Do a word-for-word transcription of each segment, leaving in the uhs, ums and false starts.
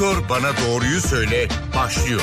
Doktor Bana Doğruyu Söyle başlıyor.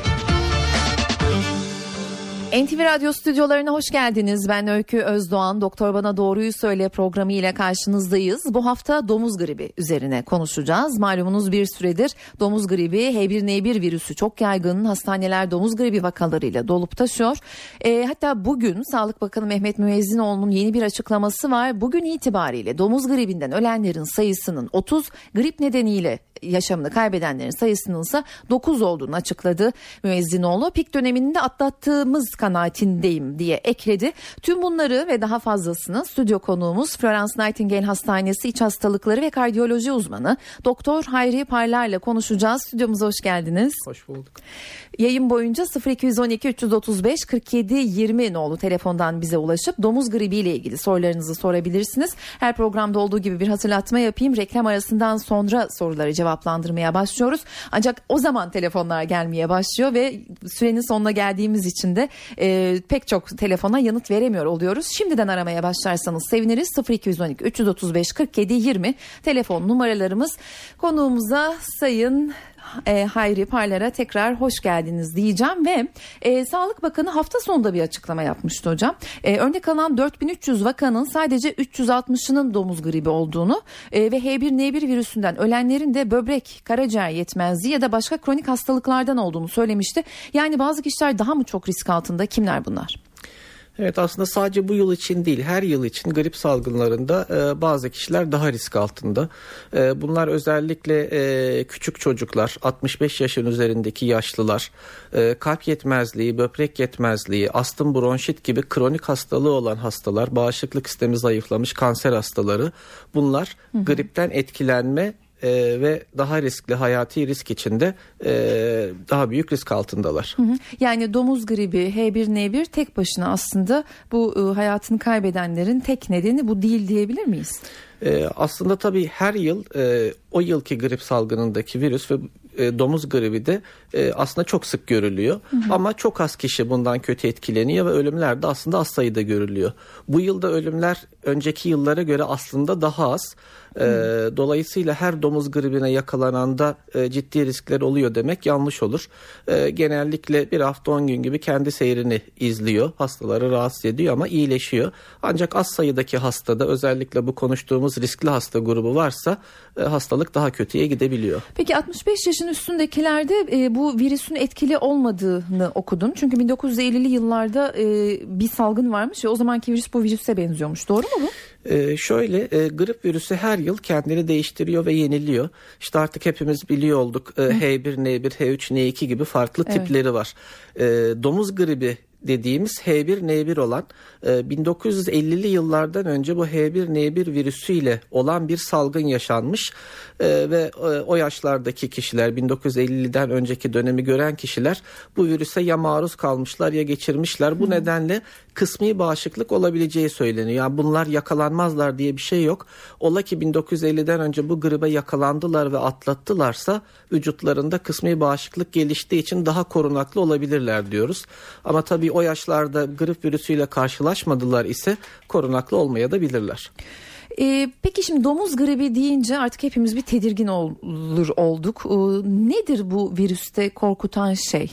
N T V Radyo stüdyolarına hoş geldiniz. Ben Öykü Özdoğan. Doktor Bana Doğruyu Söyle programı ile karşınızdayız. Bu hafta domuz gribi üzerine konuşacağız. Malumunuz bir süredir domuz gribi H bir N bir virüsü çok yaygın. Hastaneler domuz gribi vakalarıyla dolup taşıyor. E, hatta bugün Sağlık Bakanı Mehmet Müezzinoğlu'nun yeni bir açıklaması var. Bugün itibariyle domuz gribinden ölenlerin sayısının otuz, grip nedeniyle yaşamını kaybedenlerin sayısının ise dokuz olduğunu açıkladı Müezzinoğlu. Pik döneminde atlattığımız kanaatindeyim diye ekledi. Tüm bunları ve daha fazlasını stüdyo konuğumuz Florence Nightingale Hastanesi İç Hastalıkları ve Kardiyoloji uzmanı Doktor Hayri Parlar'la konuşacağız. Stüdyomuza hoş geldiniz. Hoş bulduk. Yayın boyunca sıfır iki on iki üç otuz beş kırk yedi yirmi nolu telefondan bize ulaşıp domuz gribi ile ilgili sorularınızı sorabilirsiniz. Her programda olduğu gibi bir hatırlatma yapayım. Reklam arasından sonra soruları cevaplandırmaya başlıyoruz. Ancak o zaman telefonlar gelmeye başlıyor ve sürenin sonuna geldiğimiz için de e, pek çok telefona yanıt veremiyor oluyoruz. Şimdiden aramaya başlarsanız seviniriz. sıfır iki on iki üç otuz beş kırk yedi yirmi telefon numaralarımız. Konuğumuza Sayın E, Hayri Parlar'a tekrar hoş geldiniz diyeceğim ve e, Sağlık Bakanı hafta sonunda bir açıklama yapmıştı hocam. E, örnek alan dört bin üç yüz vakanın sadece üç yüz altmışının domuz gribi olduğunu e, ve H bir N bir virüsünden ölenlerin de böbrek, karaciğer yetmezliği ya da başka kronik hastalıklardan olduğunu söylemişti. Yani bazı kişiler daha mı çok risk altında? Kimler bunlar? Evet, aslında sadece bu yıl için değil, her yıl için grip salgınlarında e, bazı kişiler daha risk altında. E, bunlar özellikle e, küçük çocuklar, altmış beş yaşın üzerindeki yaşlılar, e, kalp yetmezliği, böbrek yetmezliği, astım, bronşit gibi kronik hastalığı olan hastalar, bağışıklık sistemi zayıflamış kanser hastaları, bunlar hı hı. gripten etkilenme Ee, ve daha riskli, hayati risk içinde e, daha büyük risk altındalar. Hı hı. Yani domuz gribi H bir N bir tek başına aslında bu e, hayatını kaybedenlerin tek nedeni bu değil diyebilir miyiz? Ee, aslında tabii her yıl e, o yılki grip salgınındaki virüs ve e, domuz gribi de e, aslında çok sık görülüyor. Hı hı. Ama çok az kişi bundan kötü etkileniyor ve ölümler de aslında az sayıda görülüyor. Bu yılda ölümler önceki yıllara göre aslında daha az. E, dolayısıyla her domuz gribine yakalananda e, ciddi riskler oluyor demek yanlış olur. E, genellikle bir hafta on gün gibi kendi seyrini izliyor. Hastaları rahatsız ediyor ama iyileşiyor. Ancak az sayıdaki hastada, özellikle bu konuştuğumuz riskli hasta grubu varsa e, hastalık daha kötüye gidebiliyor. Peki altmış beş yaşın üstündekilerde e, bu virüsün etkili olmadığını okudum. Çünkü bin dokuz yüz ellili yıllarda e, bir salgın varmış ve o zamanki virüs bu virüse benziyormuş. Doğru mu bu? Ee, şöyle e, grip virüsü her yıl kendini değiştiriyor ve yeniliyor. İşte artık hepimiz biliyor olduk. E, H bir N bir, H üç N iki gibi farklı evet. tipleri var. E, domuz gribi dediğimiz H bir N bir olan e, bin dokuz yüz ellili yıllardan önce bu H bir N bir virüsüyle olan bir salgın yaşanmış e, ve e, o yaşlardaki kişiler, bin dokuz yüz elliden önceki dönemi gören kişiler bu virüse ya maruz kalmışlar ya geçirmişler. Bu Hı. nedenle kısmi bağışıklık olabileceği söyleniyor. Yani bunlar yakalanmazlar diye bir şey yok. Ola ki bin dokuz yüz elliden önce bu gribe yakalandılar ve atlattılarsa vücutlarında kısmi bağışıklık geliştiği için daha korunaklı olabilirler diyoruz. Ama tabii o yaşlarda grip virüsüyle karşılaşmadılar ise korunaklı olmaya da bilirler. Ee, peki şimdi domuz gribi deyince artık hepimiz bir tedirgin olur olduk. Ee, nedir bu virüste korkutan şey?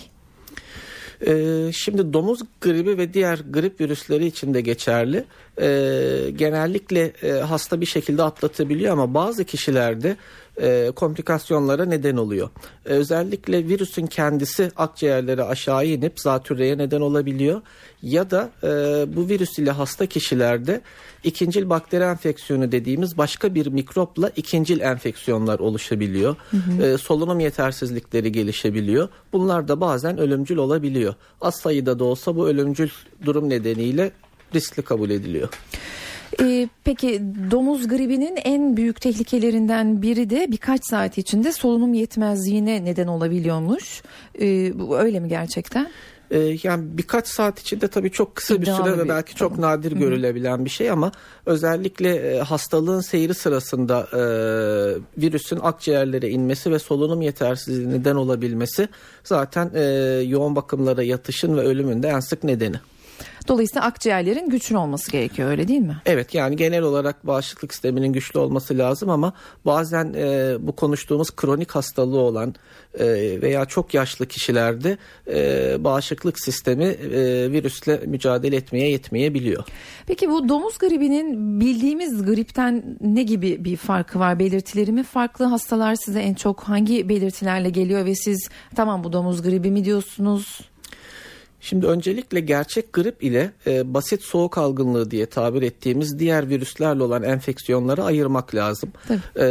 Ee, şimdi domuz gribi ve diğer grip virüsleri için de geçerli. Ee, genellikle e, hasta bir şekilde atlatabiliyor ama bazı kişilerde e, komplikasyonlara neden oluyor. Ee, özellikle virüsün kendisi akciğerlere aşağı inip zatürreye neden olabiliyor. Ya da e, bu virüs ile hasta kişilerde ikincil bakteri enfeksiyonu dediğimiz başka bir mikropla ikincil enfeksiyonlar oluşabiliyor. Hı hı. E, solunum yetersizlikleri gelişebiliyor. Bunlar da bazen ölümcül olabiliyor. Az sayıda da olsa bu ölümcül durum nedeniyle riskli kabul ediliyor. Ee, peki domuz gribinin en büyük tehlikelerinden biri de birkaç saat içinde solunum yetmezliğine neden olabiliyormuş. Ee, bu öyle mi gerçekten? Yani birkaç saat içinde tabii çok kısa bir süre ve belki çok tamam. nadir Hı-hı. görülebilen bir şey ama özellikle hastalığın seyri sırasında e, virüsün akciğerlere inmesi ve solunum yetersizliği neden olabilmesi zaten e, yoğun bakımlara yatışın ve ölümün de en sık nedeni. Dolayısıyla akciğerlerin güçlü olması gerekiyor, öyle değil mi? Evet, yani genel olarak bağışıklık sisteminin güçlü olması lazım ama bazen e, bu konuştuğumuz kronik hastalığı olan e, veya çok yaşlı kişilerde e, bağışıklık sistemi e, virüsle mücadele etmeye yetmeyebiliyor. Peki bu domuz gribinin bildiğimiz gripten ne gibi bir farkı var? Belirtileri mi farklı? Hastalar size en çok hangi belirtilerle geliyor ve siz tamam bu domuz gribi mi diyorsunuz? Şimdi öncelikle gerçek grip ile e, basit soğuk algınlığı diye tabir ettiğimiz diğer virüslerle olan enfeksiyonları ayırmak lazım. E,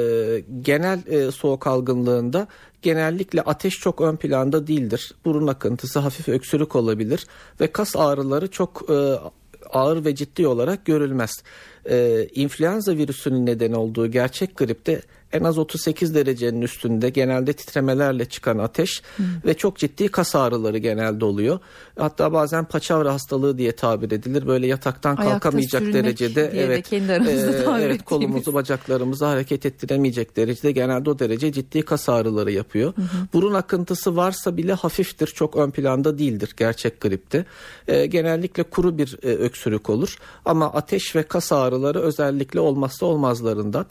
genel e, soğuk algınlığında genellikle ateş çok ön planda değildir. Burun akıntısı, hafif öksürük olabilir ve kas ağrıları çok e, ağır ve ciddi olarak görülmez. Ee, influenza virüsünün neden olduğu gerçek gripte en az otuz sekiz derecenin üstünde genelde titremelerle çıkan ateş hmm. ve çok ciddi kas ağrıları genelde oluyor. Hatta bazen paçavra hastalığı diye tabir edilir. Böyle yataktan ayakta kalkamayacak derecede evet, de e, evet kolumuzu bacaklarımızı hareket ettiremeyecek derecede genelde o derece ciddi kas ağrıları yapıyor. Hmm. Burun akıntısı varsa bile hafiftir, çok ön planda değildir gerçek gripte. E, genellikle kuru bir e, öksürük olur ama ateş ve kas ağrıları özellikle olmazsa olmazlarından.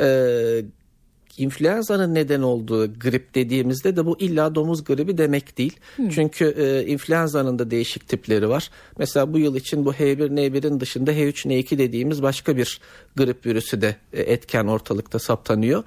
E, İnfluenza'nın neden olduğu grip dediğimizde de bu illa domuz gribi demek değil. Hmm. Çünkü e, influenza'nın da değişik tipleri var. Mesela bu yıl için bu H bir N bir'in dışında H üç N iki dediğimiz başka bir grip virüsü de e, etken ortalıkta saptanıyor.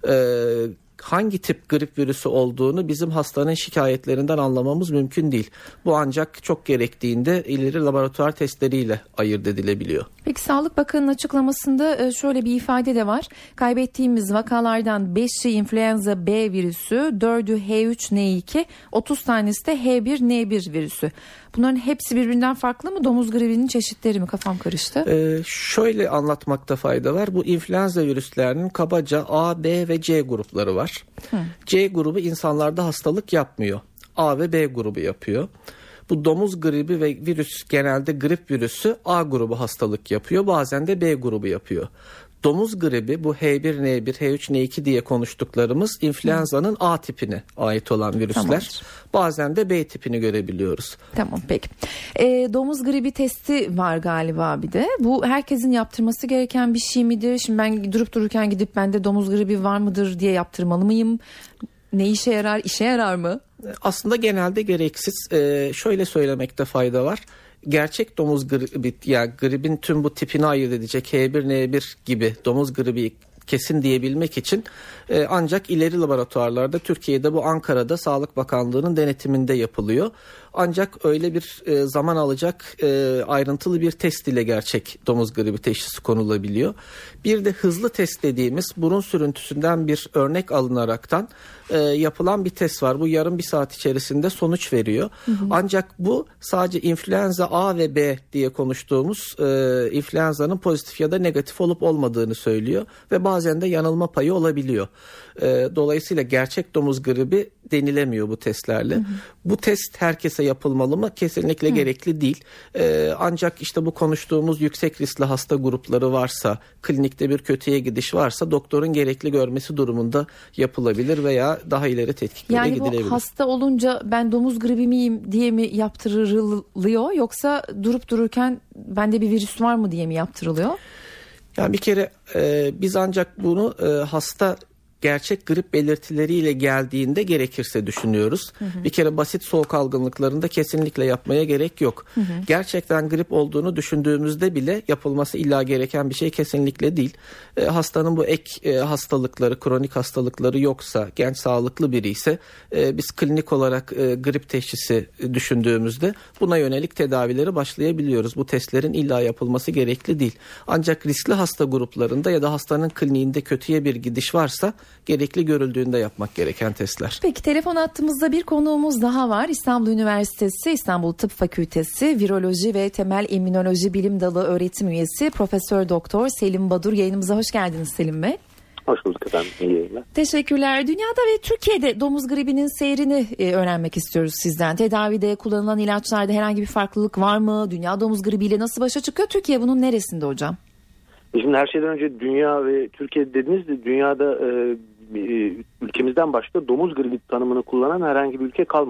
E, hangi tip grip virüsü olduğunu bizim hastanın şikayetlerinden anlamamız mümkün değil. Bu ancak çok gerektiğinde ileri laboratuvar testleriyle ayırt edilebiliyor. Peki Sağlık Bakanı'nın açıklamasında şöyle bir ifade de var. Kaybettiğimiz vakalardan beşi influenza B virüsü, dördü H üç N iki, otuz tanesi de H bir N bir virüsü. Bunların hepsi birbirinden farklı mı? Domuz gribinin çeşitleri mi? Kafam karıştı. Ee, şöyle anlatmakta fayda var. Bu influenza virüslerinin kabaca A, B ve C grupları var. Hı. C grubu insanlarda hastalık yapmıyor. A ve B grubu yapıyor. Bu domuz gribi ve virüs genelde grip virüsü A grubu hastalık yapıyor. Bazen de B grubu yapıyor. Domuz gribi bu H bir N bir, H üç N iki diye konuştuklarımız influenza'nın A tipine ait olan virüsler. Tamamdır. Bazen de B tipini görebiliyoruz. Tamam, peki. E, domuz gribi testi var galiba bir de. Bu herkesin yaptırması gereken bir şey midir? Şimdi ben durup dururken gidip bende domuz gribi var mıdır diye yaptırmalı mıyım? Ne işe yarar? İşe yarar mı? Aslında genelde gereksiz. Ee, şöyle söylemekte fayda var. Gerçek domuz gribi, yani gribin tüm bu tipini ayırt edecek H bir N bir gibi domuz gribi kesin diyebilmek için e, ancak ileri laboratuvarlarda, Türkiye'de bu Ankara'da Sağlık Bakanlığı'nın denetiminde yapılıyor. Ancak öyle bir e, zaman alacak e, ayrıntılı bir test ile gerçek domuz gribi teşhisi konulabiliyor. Bir de hızlı test dediğimiz burun sürüntüsünden bir örnek alınaraktan e, yapılan bir test var. Bu yarım bir saat içerisinde sonuç veriyor. Hı hı. Ancak bu sadece influenza A ve B diye konuştuğumuz e, influenza'nın pozitif ya da negatif olup olmadığını söylüyor ve bazen de yanılma payı olabiliyor. E, dolayısıyla gerçek domuz gribi denilemiyor bu testlerle. Hı hı. Bu test herkese yapılmalı mı? Kesinlikle hı. gerekli değil. Ee, ancak işte bu konuştuğumuz yüksek riskli hasta grupları varsa, klinikte bir kötüye gidiş varsa doktorun gerekli görmesi durumunda yapılabilir veya daha ileri tetkiklere yani gidilebilir. Yani bu hasta olunca ben domuz gribi miyim diye mi yaptırılıyor, yoksa durup dururken bende bir virüs var mı diye mi yaptırılıyor? Yani bir kere e, biz ancak bunu e, hasta gerçek grip belirtileriyle geldiğinde gerekirse düşünüyoruz. Hı hı. Bir kere basit soğuk algınlıklarında kesinlikle yapmaya gerek yok. Hı hı. Gerçekten grip olduğunu düşündüğümüzde bile yapılması illa gereken bir şey kesinlikle değil. E, hastanın bu ek e, hastalıkları, kronik hastalıkları yoksa, genç sağlıklı biri ise e, biz klinik olarak e, grip teşhisi düşündüğümüzde buna yönelik tedavileri başlayabiliyoruz. Bu testlerin illa yapılması gerekli değil. Ancak riskli hasta gruplarında ya da hastanın kliniğinde kötüye bir gidiş varsa gerekli görüldüğünde yapmak gereken testler. Peki telefon hattımızda bir konuğumuz daha var. İstanbul Üniversitesi İstanbul Tıp Fakültesi Viroloji ve Temel İmmünoloji Bilim Dalı öğretim üyesi Profesör Doktor Selim Badur. Yayınımıza hoş geldiniz Selim Bey. Hoş bulduk efendim. İyi yayınlar. Teşekkürler. Dünyada ve Türkiye'de domuz gribinin seyrini e, öğrenmek istiyoruz sizden. Tedavide kullanılan ilaçlarda herhangi bir farklılık var mı? Dünya domuz gribiyle nasıl başa çıkıyor? Türkiye bunun neresinde hocam? Şimdi her şeyden önce dünya ve Türkiye dediniz de dünyada e, ülkemizden başka domuz gribi tanımını kullanan herhangi bir ülke kalmadı.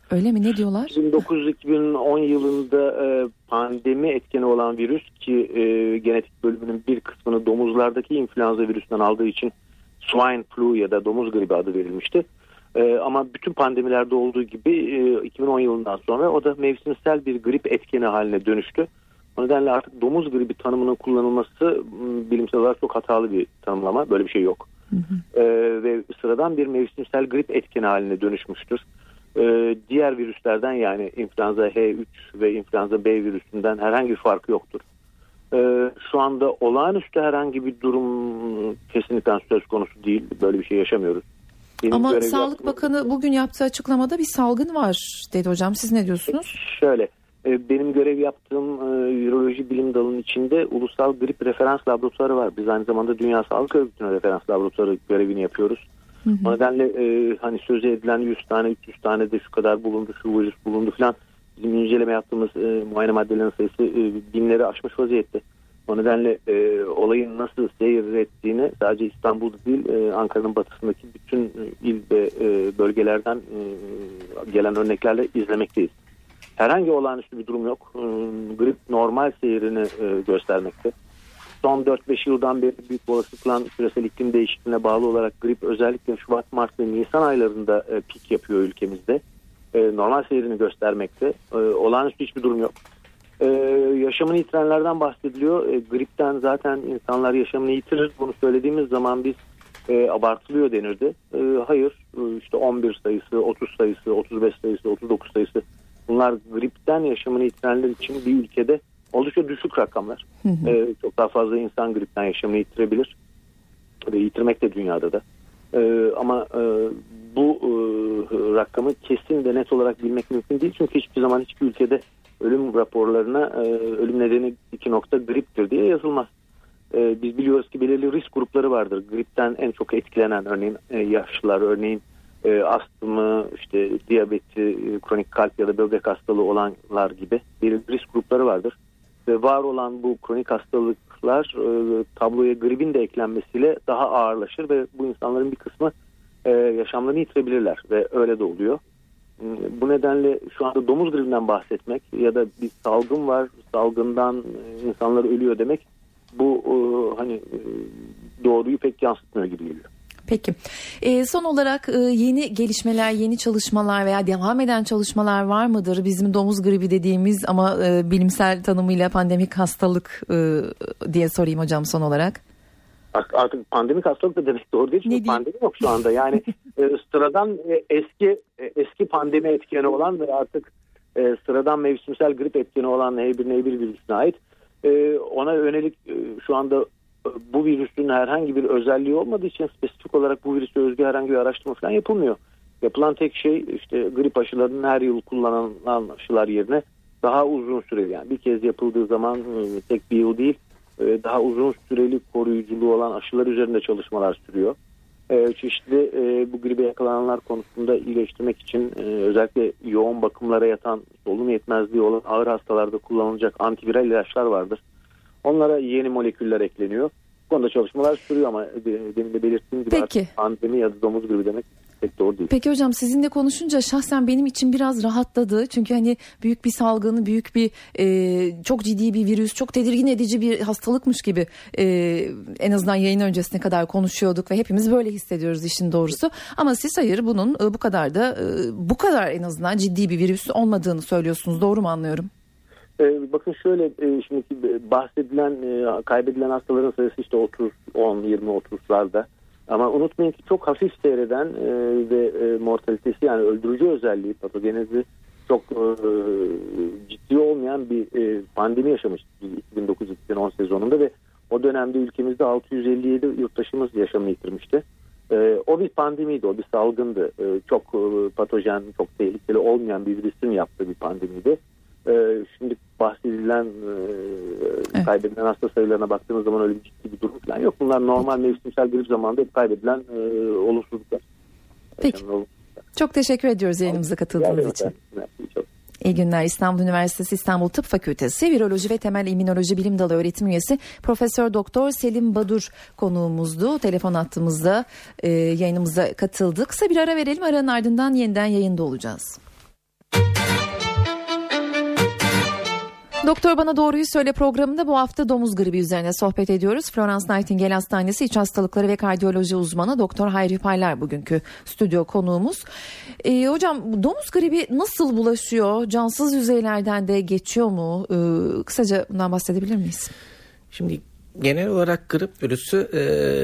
Öyle mi? Ne diyorlar? iki bin dokuz iki bin on yılında e, pandemi etkeni olan virüs ki e, genetik bölümünün bir kısmını domuzlardaki influenza virüsünden aldığı için swine flu ya da domuz gribi adı verilmişti. E, ama bütün pandemilerde olduğu gibi e, iki bin on yılından sonra o da mevsimsel bir grip etkeni haline dönüştü. O nedenle artık domuz gribi tanımının kullanılması bilimsel olarak çok hatalı bir tanımlama. Böyle bir şey yok. Hı hı. E, ve sıradan bir mevsimsel grip etkeni haline dönüşmüştür. E, diğer virüslerden yani influenza H üç ve influenza B virüsünden herhangi bir farkı yoktur. E, şu anda olağanüstü herhangi bir durum kesinlikle söz konusu değil. Böyle bir şey yaşamıyoruz. Benim Ama Sağlık yaptığım... Bakanı bugün yaptığı açıklamada bir salgın var dedi hocam. Siz ne diyorsunuz? Şöyle. Benim görev yaptığım e, viroloji bilim dalının içinde ulusal grip referans laboratuvarı var. Biz aynı zamanda Dünya Sağlık Örgütü'nün referans laboratuvarı görevini yapıyoruz. Hı hı. O nedenle e, hani sözü edilen yüz tane üç yüz tane de şu kadar bulundu, şu virüs bulundu falan. Bizim inceleme yaptığımız e, muayene maddelerin sayısı e, binleri aşmış vaziyette. O nedenle e, olayın nasıl seyrettiğini sadece İstanbul'da değil e, Ankara'nın batısındaki bütün il ve e, bölgelerden e, gelen örneklerle izlemekteyiz. Herhangi olağanüstü bir durum yok. Grip normal seyrini göstermekte. Son dört beş yıldan beri büyük olasılıkla küresel iklim değişikliğine bağlı olarak grip özellikle Şubat, Mart ve Nisan aylarında pik yapıyor ülkemizde. Normal seyrini göstermekte. Olağanüstü hiçbir durum yok. Yaşamını yitirenlerden bahsediliyor. Gripten zaten insanlar yaşamını yitirir. Bunu söylediğimiz zaman biz abartılıyor denirdi. Hayır, işte on bir sayısı, otuz sayısı, otuz beş sayısı, otuz dokuz sayısı. Bunlar gripten yaşamını yitirenler için bir ülkede oldukça düşük rakamlar. Hı hı. Ee, çok daha fazla insan gripten yaşamını yitirebilir. Ve yitirmek de dünyada da. Ee, ama e, bu e, rakamı kesin ve net olarak bilmek mümkün değil. Çünkü hiçbir zaman hiçbir ülkede ölüm raporlarına e, ölüm nedeni iki nokta griptir diye yazılmaz. E, biz biliyoruz ki belirli risk grupları vardır. Gripten en çok etkilenen örneğin e, yaşlılar, örneğin E, astımı, işte diyabeti, e, kronik kalp ya da böbrek hastalığı olanlar gibi bir risk grupları vardır. Ve var olan bu kronik hastalıklar e, tabloya gripin de eklenmesiyle daha ağırlaşır ve bu insanların bir kısmı e, yaşamlarını yitirebilirler ve öyle de oluyor. E, bu nedenle şu anda domuz gribinden bahsetmek ya da bir salgın var, salgından e, insanlar ölüyor demek bu e, hani e, doğruyu pek yansıtmıyor gibi geliyor. Peki. E, son olarak e, yeni gelişmeler, yeni çalışmalar veya devam eden çalışmalar var mıdır? Bizim domuz gribi dediğimiz ama e, bilimsel tanımıyla pandemik hastalık e, diye sorayım hocam son olarak. Artık pandemik hastalık da demek doğru değil. Çünkü pandemi yok şu anda. Yani e, sıradan e, eski e, eski pandemi etkeni olan ve artık e, sıradan mevsimsel grip etkeni olan H bir N bir virüsüne ait e, ona yönelik e, şu anda bu virüsün herhangi bir özelliği olmadığı için spesifik olarak bu virüse özgü herhangi bir araştırma falan yapılmıyor. Yapılan tek şey işte grip aşılarının her yıl kullanılan aşılar yerine daha uzun süreli, yani bir kez yapıldığı zaman tek bir yıl değil daha uzun süreli koruyuculuğu olan aşılar üzerinde çalışmalar sürüyor. Çeşitli bu gribe yakalananlar konusunda iyileştirmek için özellikle yoğun bakımlara yatan solunum yetmezliği olan ağır hastalarda kullanılacak antiviral ilaçlar vardır. Onlara yeni moleküller ekleniyor. Bu konuda çalışmalar sürüyor ama demin de belirttiğim gibi artık pandemi ya da domuz gribi demek pek doğru değil. Peki hocam, sizinle konuşunca şahsen benim için biraz rahatladı. Çünkü hani büyük bir salgın, büyük bir e, çok ciddi bir virüs, çok tedirgin edici bir hastalıkmış gibi e, en azından yayın öncesine kadar konuşuyorduk ve hepimiz böyle hissediyoruz işin doğrusu. Ama siz hayır, bunun e, bu kadar da e, bu kadar en azından ciddi bir virüs olmadığını söylüyorsunuz. Doğru mu anlıyorum? Ee, bakın şöyle, e, şimdi bahsedilen e, kaybedilen hastaların sayısı işte otuz, on, yirmi, otuzlarda. Ama unutmayın ki çok hafif seyreden e, ve e, mortalitesi, yani öldürücü özelliği, patogenezi çok e, ciddi olmayan bir e, pandemi yaşamıştık iki bin dokuz iki bin on sezonunda ve o dönemde ülkemizde altı yüz elli yedi yurttaşımız yaşamını yitirmişti. E, o bir pandemiydi, o bir salgındı. E, çok e, patojen, çok tehlikeli olmayan bir virüsün yaptığı bir pandemiydi. Ee, şimdi bahsedilen e, evet. kaybedilen hasta sayılarına baktığımız zaman öyle bir ciddi bir durum falan yok. Bunlar normal mevsimsel grip zamanında hep kaybedilen e, olumsuzluklar. Peki. Yani, çok teşekkür ediyoruz yayınımıza katıldığınız için. Çok. İyi günler. İstanbul Üniversitesi İstanbul Tıp Fakültesi Viroloji ve Temel İmmünoloji Bilim Dalı öğretim üyesi Profesör Doktor Selim Badur konuğumuzdu. Telefon attığımızda e, yayınımıza katıldı. Kısa bir ara verelim. Aranın ardından yeniden yayında olacağız. Doktor Bana Doğruyu Söyle programında bu hafta domuz gribi üzerine sohbet ediyoruz. Florence Nightingale Hastanesi İç Hastalıkları ve Kardiyoloji uzmanı Doktor Hayri Paylar bugünkü stüdyo konuğumuz. Ee, hocam domuz gribi nasıl bulaşıyor? Cansız yüzeylerden de geçiyor mu? Ee, kısaca bundan bahsedebilir miyiz? Şimdi genel olarak grip virüsü e,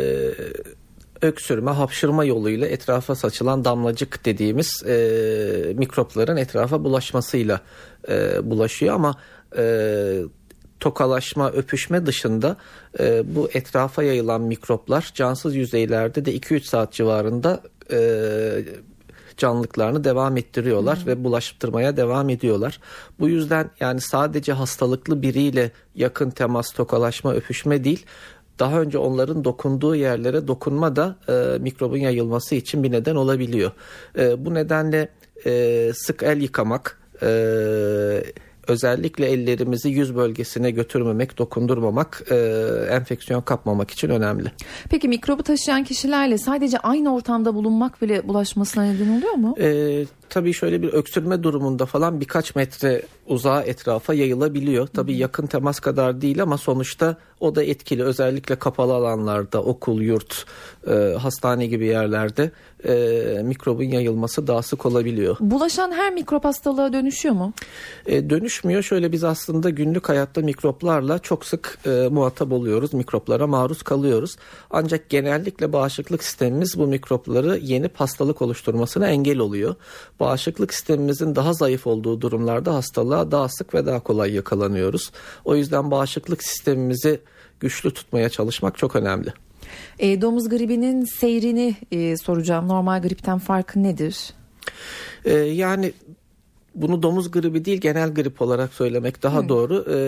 öksürme, hapşırma yoluyla etrafa saçılan damlacık dediğimiz e, mikropların etrafa bulaşmasıyla e, bulaşıyor ama e, tokalaşma, öpüşme dışında e, bu etrafa yayılan mikroplar cansız yüzeylerde de iki üç saat civarında e, canlılıklarını devam ettiriyorlar hmm. ve bulaştırmaya devam ediyorlar. Bu yüzden yani sadece hastalıklı biriyle yakın temas, tokalaşma, öpüşme değil, daha önce onların dokunduğu yerlere dokunma da e, mikrobun yayılması için bir neden olabiliyor. E, bu nedenle e, sık el yıkamak, e, özellikle ellerimizi yüz bölgesine götürmemek, dokundurmamak, e, enfeksiyon kapmamak için önemli. Peki mikrobu taşıyan kişilerle sadece aynı ortamda bulunmak bile bulaşmasına neden oluyor mu? E, tabii şöyle bir öksürme durumunda falan birkaç metre uzağa etrafa yayılabiliyor. Tabii Hı. yakın temas kadar değil ama sonuçta o da etkili. Özellikle kapalı alanlarda, okul, yurt, e, hastane gibi yerlerde e, mikrobun yayılması daha sık olabiliyor. Bulaşan her mikrop hastalığa dönüşüyor mu? E, dönüşmüyor. Şöyle biz aslında günlük hayatta mikroplarla çok sık e, muhatap oluyoruz. Mikroplara maruz kalıyoruz. Ancak genellikle bağışıklık sistemimiz bu mikropları yenip hastalık oluşturmasına engel oluyor. Bağışıklık sistemimizin daha zayıf olduğu durumlarda hastalığa daha sık ve daha kolay yakalanıyoruz. O yüzden bağışıklık sistemimizi güçlü tutmaya çalışmak çok önemli. E, domuz gribinin seyrini e, soracağım. Normal gripten farkı nedir? E, yani bunu domuz gribi değil genel grip olarak söylemek daha hmm. doğru. E,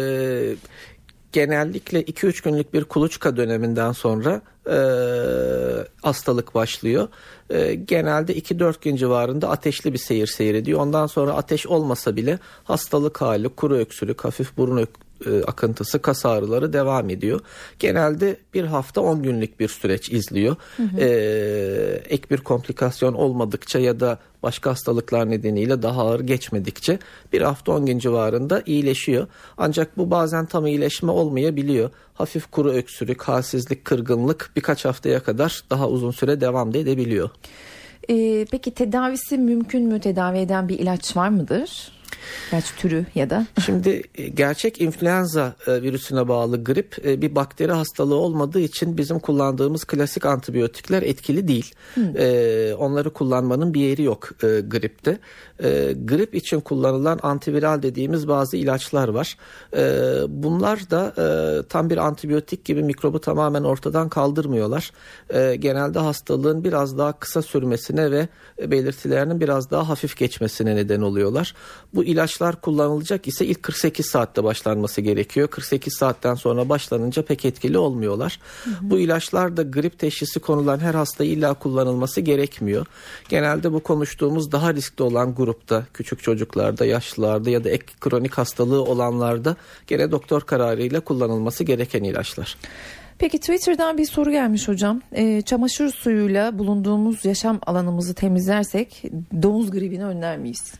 genellikle iki üç günlük bir kuluçka döneminden sonra e, hastalık başlıyor. E, genelde iki dört gün civarında ateşli bir seyir seyrediyor. Ondan sonra ateş olmasa bile hastalık hali, kuru öksürük, hafif burun öksürük, akıntısı, kas ağrıları devam ediyor. Genelde bir hafta on günlük bir süreç izliyor. Hı hı. Ee, ek bir komplikasyon olmadıkça ya da başka hastalıklar nedeniyle daha ağır geçmedikçe bir hafta on gün civarında iyileşiyor. Ancak bu bazen tam iyileşme olmayabiliyor. Hafif kuru öksürük, halsizlik, kırgınlık birkaç haftaya kadar daha uzun süre devam da edebiliyor. Ee, peki tedavisi mümkün mü? Tedavi eden bir ilaç var mıdır? İlaç türü ya da? Şimdi gerçek influenza virüsüne bağlı grip bir bakteri hastalığı olmadığı için bizim kullandığımız klasik antibiyotikler etkili değil. Hmm. Onları kullanmanın bir yeri yok gripte. Grip için kullanılan antiviral dediğimiz bazı ilaçlar var. Bunlar da tam bir antibiyotik gibi mikrobu tamamen ortadan kaldırmıyorlar. Genelde hastalığın biraz daha kısa sürmesine ve belirtilerinin biraz daha hafif geçmesine neden oluyorlar. Bu ilaçlar kullanılacak ise ilk kırk sekiz saatte başlanması gerekiyor. kırk sekiz saatten sonra başlanınca pek etkili olmuyorlar. Hı hı. Bu ilaçlar da grip teşhisi konulan her hasta illa kullanılması gerekmiyor. Genelde bu konuştuğumuz daha riskli olan grupta, küçük çocuklarda, yaşlılarda ya da ek kronik hastalığı olanlarda gene doktor kararıyla kullanılması gereken ilaçlar. Peki Twitter'dan bir soru gelmiş hocam. E, çamaşır suyuyla bulunduğumuz yaşam alanımızı temizlersek domuz gribini önler miyiz?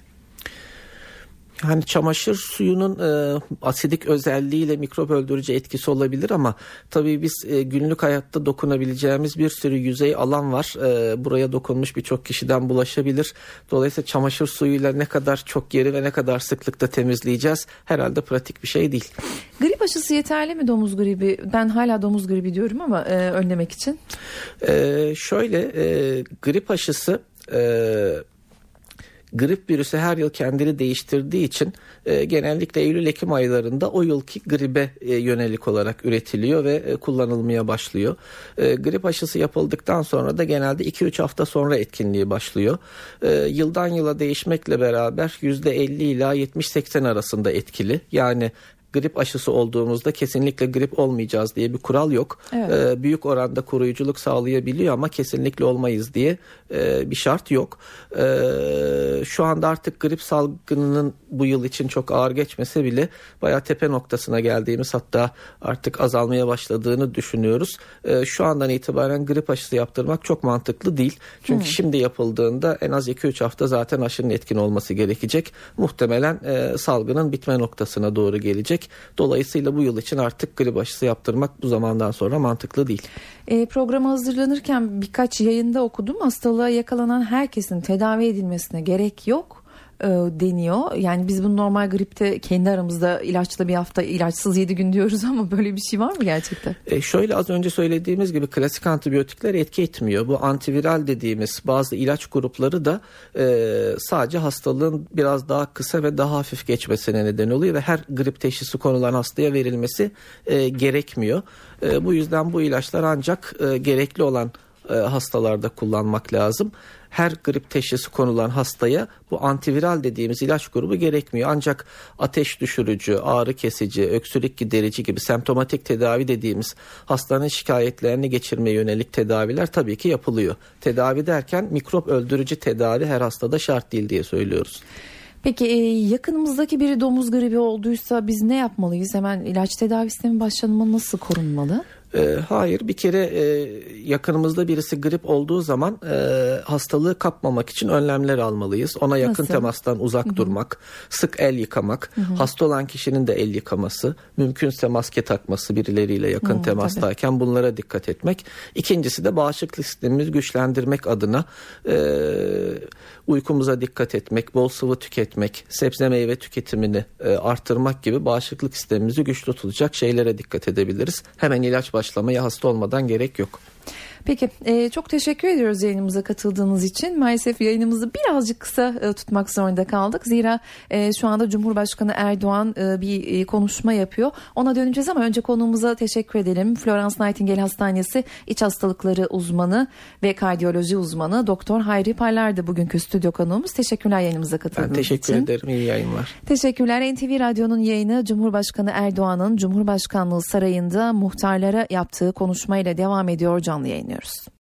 Yani çamaşır suyunun e, asidik özelliğiyle mikrop öldürücü etkisi olabilir ama tabii biz e, günlük hayatta dokunabileceğimiz bir sürü yüzey alan var. E, buraya dokunmuş birçok kişiden bulaşabilir. Dolayısıyla çamaşır suyuyla ne kadar çok yeri ve ne kadar sıklıkta temizleyeceğiz herhalde pratik bir şey değil. Grip aşısı yeterli mi domuz gribi? Ben hala domuz gribi diyorum ama e, önlemek için. E, şöyle e, grip aşısı... E, Grip virüsü her yıl kendini değiştirdiği için e, genellikle Eylül-Ekim aylarında o yılki gribe e, yönelik olarak üretiliyor ve e, kullanılmaya başlıyor. E, grip aşısı yapıldıktan sonra da genelde iki üç hafta sonra etkinliği başlıyor. E, yıldan yıla değişmekle beraber yüzde elli ila yetmiş seksen arasında etkili. Yani grip aşısı olduğumuzda kesinlikle grip olmayacağız diye bir kural yok. Evet. Ee, büyük oranda koruyuculuk sağlayabiliyor ama kesinlikle olmayız diye e, bir şart yok. Ee, şu anda artık grip salgınının bu yıl için çok ağır geçmese bile bayağı tepe noktasına geldiğimiz, hatta artık azalmaya başladığını düşünüyoruz. Ee, şu andan itibaren grip aşısı yaptırmak çok mantıklı değil. Çünkü hmm. şimdi yapıldığında en az iki üç hafta zaten aşının etkin olması gerekecek. Muhtemelen e, salgının bitme noktasına doğru gelecek. ettik. Dolayısıyla bu yıl için artık grip aşısı yaptırmak bu zamandan sonra mantıklı değil. E, programa hazırlanırken birkaç yayında okudum. Hastalığa yakalanan herkesin tedavi edilmesine gerek yok deniyor. Yani biz bunu normal gripte kendi aramızda ilaçla bir hafta, ilaçsız yedi gün diyoruz ama böyle bir şey var mı gerçekten? E şöyle az önce söylediğimiz gibi klasik antibiyotikler etki etmiyor. Bu antiviral dediğimiz bazı ilaç grupları da e, sadece hastalığın biraz daha kısa ve daha hafif geçmesine neden oluyor ve her grip teşhisi konulan hastaya verilmesi e, gerekmiyor. E, bu yüzden bu ilaçlar ancak e, gerekli olan e, hastalarda kullanmak lazım. Her grip teşhisi konulan hastaya bu antiviral dediğimiz ilaç grubu gerekmiyor. Ancak ateş düşürücü, ağrı kesici, öksürük giderici gibi semptomatik tedavi dediğimiz hastanın şikayetlerini geçirmeye yönelik tedaviler tabii ki yapılıyor. Tedavi derken mikrop öldürücü tedavi her hastada şart değil diye söylüyoruz. Peki yakınımızdaki biri domuz gribi olduysa biz ne yapmalıyız? Hemen ilaç tedavisine mi başlanmalı, nasıl korunmalı? E, hayır bir kere e, yakınımızda birisi grip olduğu zaman e, hastalığı kapmamak için önlemler almalıyız. Ona yakın Nasıl? temastan uzak Hı-hı. durmak, sık el yıkamak, Hı-hı. hasta olan kişinin de el yıkaması, mümkünse maske takması birileriyle yakın Hı, temastayken tabii. bunlara dikkat etmek. İkincisi de bağışıklık sistemimizi güçlendirmek adına e, uykumuza dikkat etmek, bol sıvı tüketmek, sebze meyve tüketimini e, artırmak gibi bağışıklık sistemimizi güçlü tutacak şeylere dikkat edebiliriz. Hemen ilaç başlamaya hasta olmadan gerek yok. Peki e, çok teşekkür ediyoruz yayınımıza katıldığınız için. Maalesef yayınımızı birazcık kısa e, tutmak zorunda kaldık. Zira e, şu anda Cumhurbaşkanı Erdoğan e, bir e, konuşma yapıyor. Ona döneceğiz ama önce konuğumuza teşekkür edelim. Florence Nightingale Hastanesi İç Hastalıkları uzmanı ve kardiyoloji uzmanı Doktor Hayri Parlar'dı bugünkü stüdyo konuğumuz. Teşekkürler yayınımıza katıldığınız için. Ben teşekkür için. ederim. İyi yayınlar. Teşekkürler. N T V Radyo'nun yayını Cumhurbaşkanı Erdoğan'ın Cumhurbaşkanlığı Sarayı'nda muhtarlara yaptığı konuşmayla devam ediyor. Canlı yayınlıyoruz.